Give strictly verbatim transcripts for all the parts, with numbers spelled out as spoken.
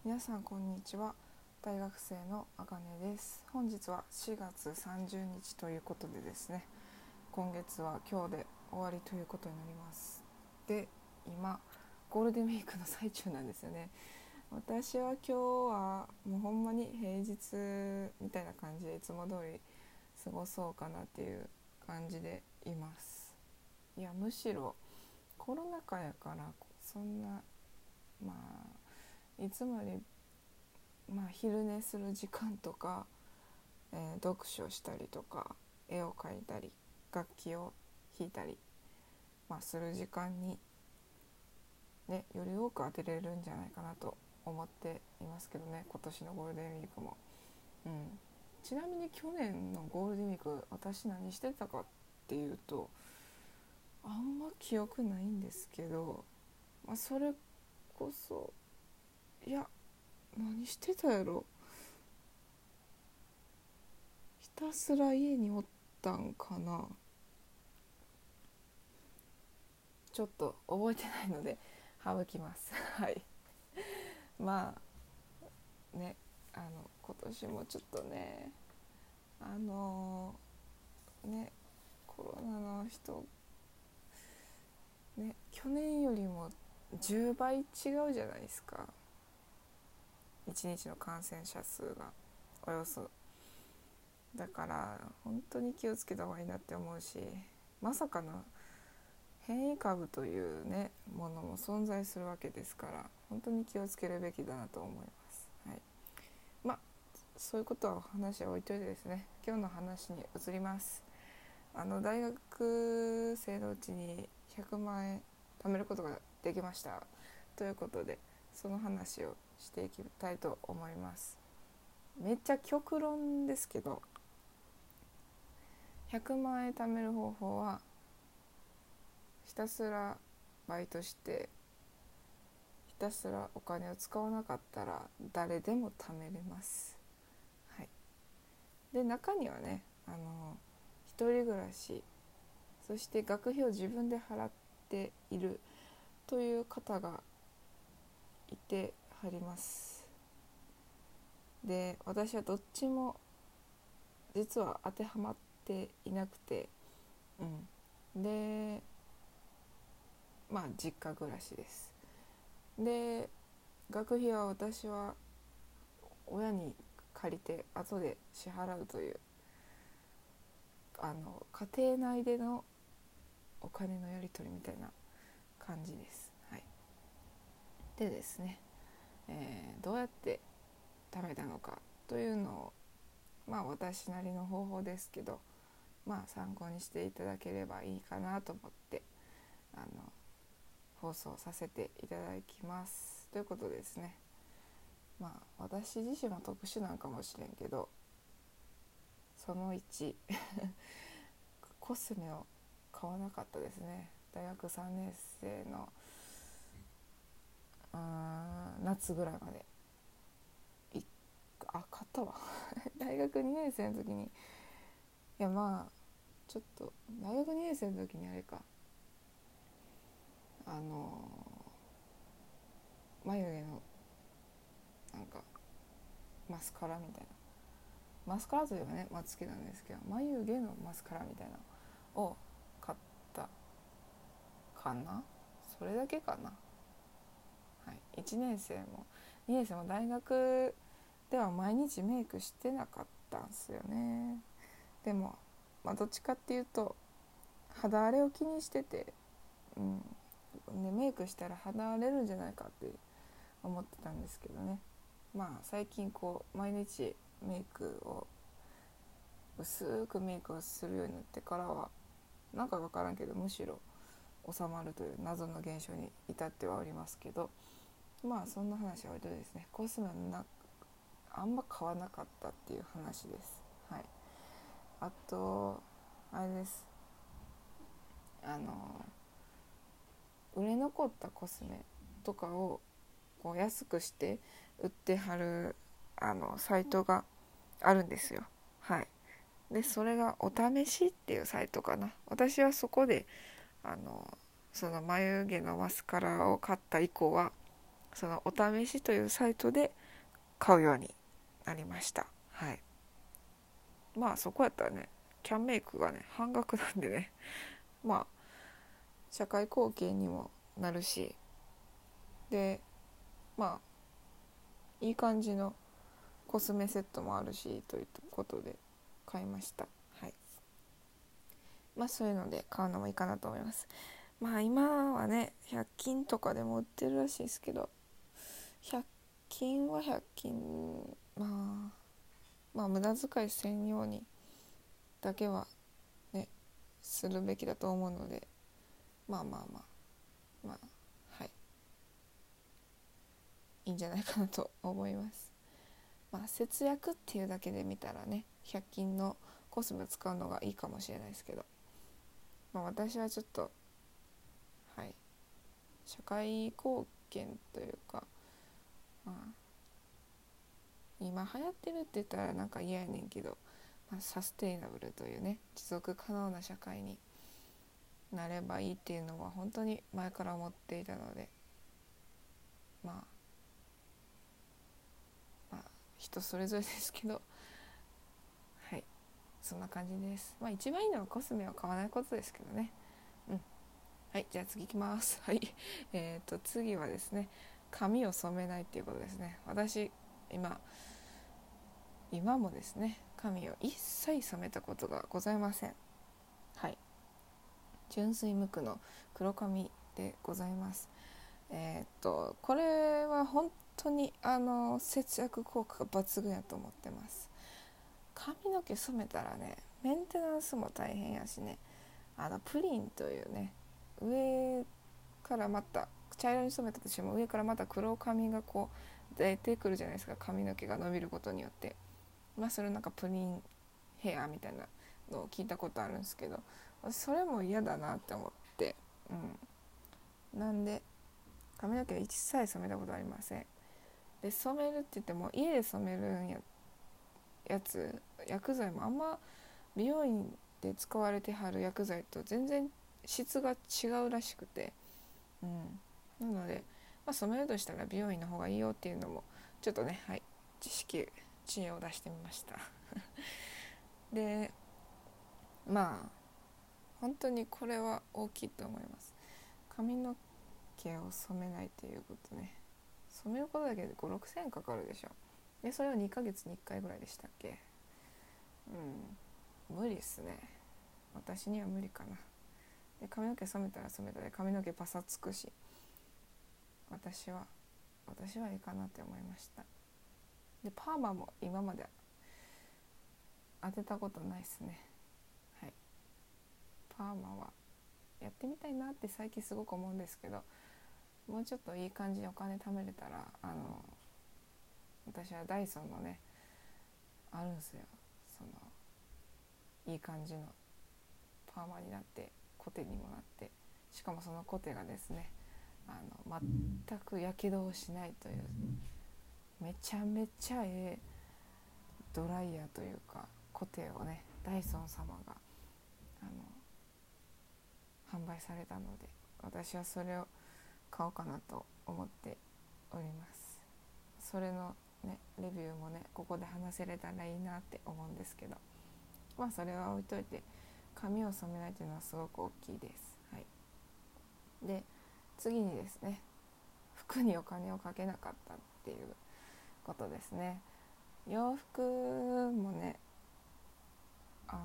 皆さんこんにちは。大学生のあかねです。本日はしがつさんじゅうにちということでですね、今月は今日で終わりということになります。で、今ゴールデンウィークの最中なんですよね。私は今日はもうほんまに平日みたいな感じでいつも通り過ごそうかなっていう感じでいます。いや、むしろコロナ禍やからそんなまあいつもよりまあ昼寝する時間とか、えー、読書したりとか絵を描いたり楽器を弾いたり、まあ、する時間に、ね、より多く当てれるんじゃないかなと思っていますけどね、今年のゴールデンウィークも、うん、ちなみに去年のゴールデンウィーク私何してたかっていうとあんま記憶ないんですけど、まあ、それこそいや何してたやろ、ひたすら家におったんかな、ちょっと覚えてないので省きますはいまあね、あの今年もちょっとねあのねコロナの人ね去年よりもじゅうばい違うじゃないですか、いちにちの感染者数がおよそ。だから本当に気をつけた方がいいなって思うし、まさかの変異株というねものも存在するわけですから、本当に気をつけるべきだなと思います。はい、まあそういうことは話は置いといてですね、今日の話に移ります。あの大学生のうちにひゃくまんえん貯めることができましたということで、その話をしていきたいと思います。めっちゃ極論ですけど、ひゃくまんえん貯める方法はひたすらバイトしてひたすらお金を使わなかったら誰でも貯めれます。はい、で中にはね、あの一人暮らし、そして学費を自分で払っているという方がいてはります。で、私はどっちも実は当てはまっていなくて、うん、で、まあ実家暮らしです。で、学費は私は親に借りて後で支払うという、あの家庭内でのお金のやり取りみたいな感じです。はい、でですね、えー、どうやって貯めたのかというのを、まあ私なりの方法ですけど、まあ参考にしていただければいいかなと思ってあの放送させていただきますということですね。まあ私自身は特殊なんかもしれんけど、そのいちコスメを買わなかったですね。大学さんねん生のうーん夏ぐらいまでいあ買ったわ大学にねん生の時に、いやまあちょっと大学にねん生の時にあれか、あの眉毛のなんかマスカラみたいな、マスカラといえばね、まあ、好きなんですけど、眉毛のマスカラみたいなのを買ったかな、それだけかな。はい、いちねん生もにねん生も大学では毎日メイクしてなかったんすよね。でも、まあ、どっちかっていうと肌荒れを気にしてて、うん、でメイクしたら肌荒れるんじゃないかって思ってたんですけどね。まあ最近こう毎日メイクを薄くメイクをするようになってからは、なんか分からんけどむしろ収まるという謎の現象に至ってはおりますけど、まあそんな話は置いといてですね、コスメのなあんま買わなかったっていう話です。はい、あとあれです、あの売れ残ったコスメとかをこう安くして売ってはるあのサイトがあるんですよ。はい、でそれがお試しっていうサイトかな。私はそこであのその眉毛のマスカラを買った以降はそのお試しというサイトで買うようになりました。はい。まあそこやったらね、キャンメイクがね半額なんでね、まあ社会貢献にもなるし、でまあいい感じのコスメセットもあるしということで買いました。はい。まあそういうので買うのもいいかなと思います。まあ今はねひゃく均とかでも売ってるらしいですけど、ひゃく均はひゃく均、まあまあ無駄遣いせんようにだけはねするべきだと思うので、まあまあまあまあはい、いいんじゃないかなと思います。まあ節約っていうだけで見たらねひゃく均のコスメ使うのがいいかもしれないですけど、まあ私はちょっとはい社会貢献というか、まあ今流行ってるって言ったらなんか嫌やねんけど、まあ、サステイナブルというね持続可能な社会になればいいっていうのは本当に前から思っていたので、まあ、まあ人それぞれですけど、はいそんな感じです。まあ一番いいのはコスメを買わないことですけどね。うん。はい、じゃあ次いきます。はい。えっと次はですね、髪を染めないっていうことですね。私今今もですね髪を一切染めたことがございません。はい。純粋無垢の黒髪でございます。えー、っとこれは本当にあの節約効果が抜群やと思ってます。髪の毛染めたらねメンテナンスも大変やしね、あのプリンというね上からまた茶色に染めたとしても上からまた黒髪がこう出てくるじゃないですか、髪の毛が伸びることによって。まあそれなんかプリンヘアみたいなのを聞いたことあるんですけど、それも嫌だなって思って、うん、なんで髪の毛一切染めたことありません。で染めるって言っても家で染めるんややつ薬剤もあんま美容院で使われてはる薬剤と全然質が違うらしくて、うん、なので、まあ、染めるとしたら美容院の方がいいよっていうのもちょっとね、はい、知識知恵を出してみましたでまあ本当にこれは大きいと思います。髪の毛を染めないっていうことね、染めることだけでご、ろくせんえんかかるでしょ。でそれをにかげつにいっかいぐらいでしたっけ。うん無理っすね、私には無理かな。で髪の毛染めたら染めたで髪の毛パサつくし、私は私はいいかなって思いました。でパーマも今まで当てたことないですね。はい、パーマはやってみたいなって最近すごく思うんですけど、もうちょっといい感じにお金貯めれたら、あの私はダイソンのねあるんですよ、そのいい感じのパーマになってコテにもなって、しかもそのコテがですねあの全くやけどをしないというめちゃめちゃええドライヤーというかコテをねダイソン様があの販売されたので、私はそれを買おうかなと思っております。それのねレビューもねここで話せれたらいいなって思うんですけど、まあそれは置いといて、髪を染めないというのはすごく大きいです。はい、で次にですね、服にお金をかけなかったっていうことですね。洋服もねあ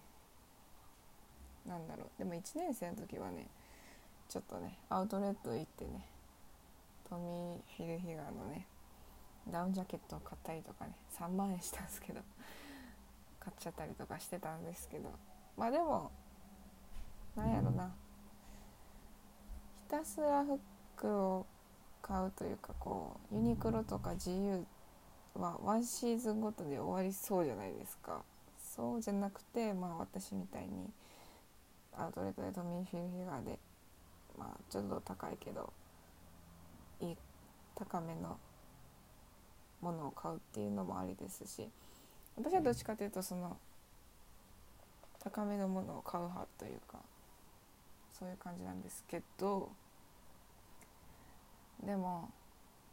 のなんだろう、でもいちねん生の時はねちょっとねアウトレット行ってねトミー・ヒルヒガーのねダウンジャケットを買ったりとかねさんまんえんしたんですけど買っちゃったりとかしてたんですけど、まあでもなんやろな、ひたすら服を買うというか、こうユニクロとか ジーユー はワンシーズンごとで終わりそうじゃないですか。そうじゃなくて、まあ私みたいにアウトレットでトミー・ヒルヒガーで、まあちょっと高いけどいい高めのものを買うっていうのもありですし、私はどっちかというとその高めのものを買う派というかそういう感じなんですけど、でも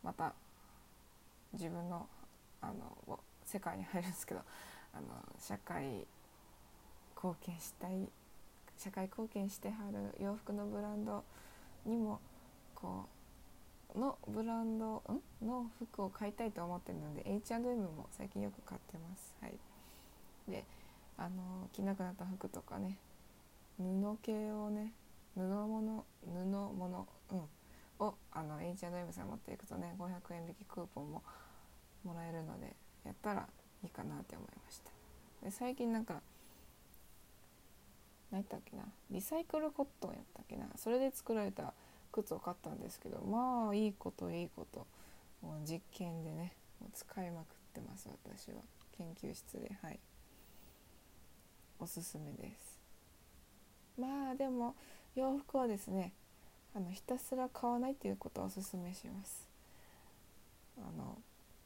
また自分のあの世界に入るんですけど、あの社会貢献したい社会貢献してはる洋服のブランドにもこうのブランドんの服を買いたいと思ってるので エイチアンドエム も最近よく買ってます。はい、であの着なくなった服とかね、布系をね布物布物、うん、をあの エイチアンドエム さん持っていくとねごひゃくえん引きクーポンももらえるので、やったらいいかなって思いました。で最近なんか何やったっけな、リサイクルコットンやったっけな、それで作られた靴を買ったんですけど、まあいいこといいこと、もう実験でねもう使いまくってます。私は研究室で、はい、おすすめです。まあでも洋服はですね、あのひたすら買わないっていうことをおすすめします。あの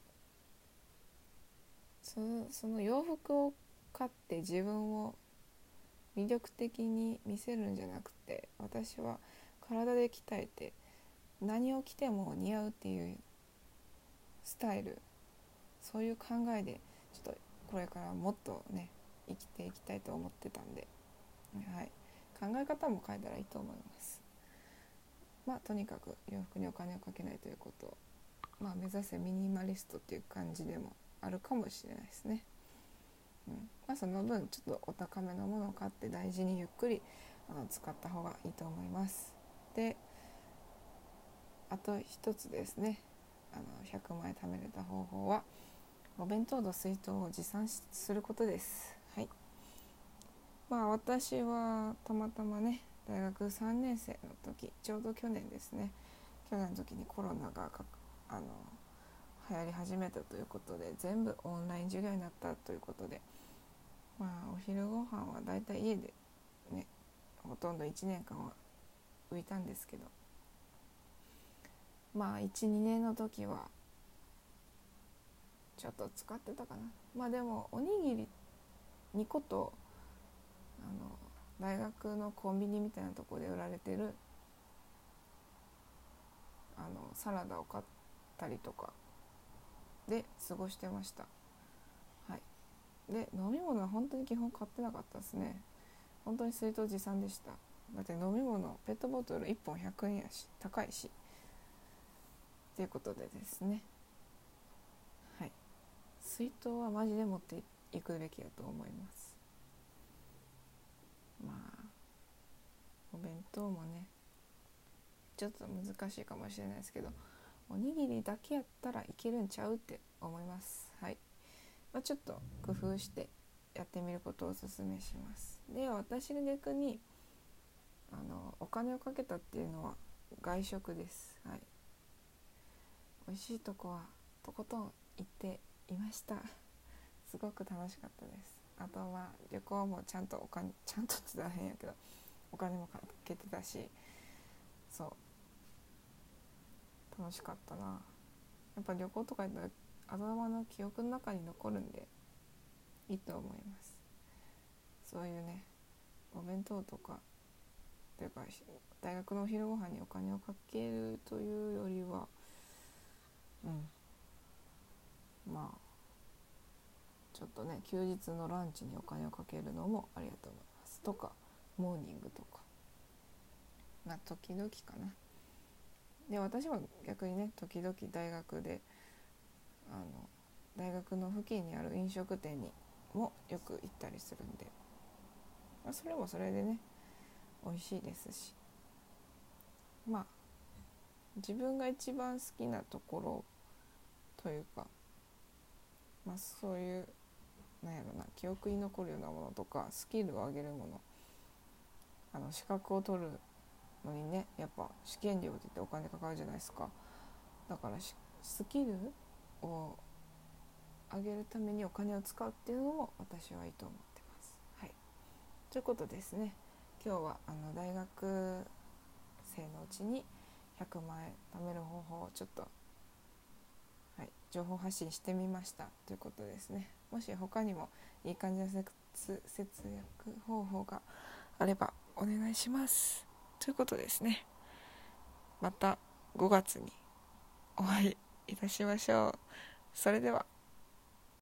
その、その洋服を買って自分を魅力的に見せるんじゃなくて、私は体で鍛えて何を着ても似合うっていうスタイル、そういう考えでちょっとこれからもっとね生きていきたいと思ってたんで、はい、考え方も変えたらいいと思います。まあとにかく洋服にお金をかけないということを、まあ、目指せミニマリストっていう感じでもあるかもしれないですね。うんまあ、その分ちょっとお高めのものを買って大事にゆっくりあの使った方がいいと思います。であと一つですね、あのひゃくまん円貯めれた方法はお弁当と水筒を持参することです。はい、まあ私はたまたまね大学さんねん生の時、ちょうど去年ですね、去年の時にコロナがかあの流行り始めたということで全部オンライン授業になったということで、まあお昼ご飯はだいたい家でねほとんどいちねんかんは浮いたんですけど、まあ いち,に 年の時はちょっと使ってたかな。まあでもおにぎりにことあの大学のコンビニみたいなところで売られてるあのサラダを買ったりとかで過ごしてました。はい、で飲み物は本当に基本買ってなかったですね。本当に水筒持参でした。だって飲み物ペットボトルいっぽんひゃくえんやし高いしということでですね、はい、水筒はマジで持っていくべきだと思います。まあお弁当もねちょっと難しいかもしれないですけど、おにぎりだけやったらいけるんちゃうって思います。はい、まあ、ちょっと工夫してやってみることをおすすめします。で私が逆にあのお金をかけたっていうのは外食です。はい、美味しいとこはとことん行っていました。すごく楽しかったです。あとは旅行もちゃんとお金ちゃんとって大変やけどお金もかけてたし、そう楽しかったな。やっぱ旅行とか行ったら頭の記憶の中に残るんでいいと思います。そういうねお弁当とかというか大学のお昼ご飯にお金をかけるというよりは、うんまあちょっとね休日のランチにお金をかけるのもありだと思いますとか、モーニングとかまあ時々かな。で私は逆にね時々大学であの大学の付近にある飲食店にもよく行ったりするんで、まあ、それもそれでね美味しいですし、まあ自分が一番好きなところというか、まあそういうなんやろな記憶に残るようなものとかスキルを上げるもの、あの資格を取るのにねやっぱ試験料って言ってお金かかるじゃないですか。だからスキルを上げるためにお金を使うっていうのも私はいいと思ってます。はい、ということですね、今日はあの大学生のうちにひゃくまん円貯める方法をちょっと、はい、情報発信してみましたということですね。もし他にもいい感じの節約方法があればお願いしますということですね。またごがつにお会いいたしましょう。それでは。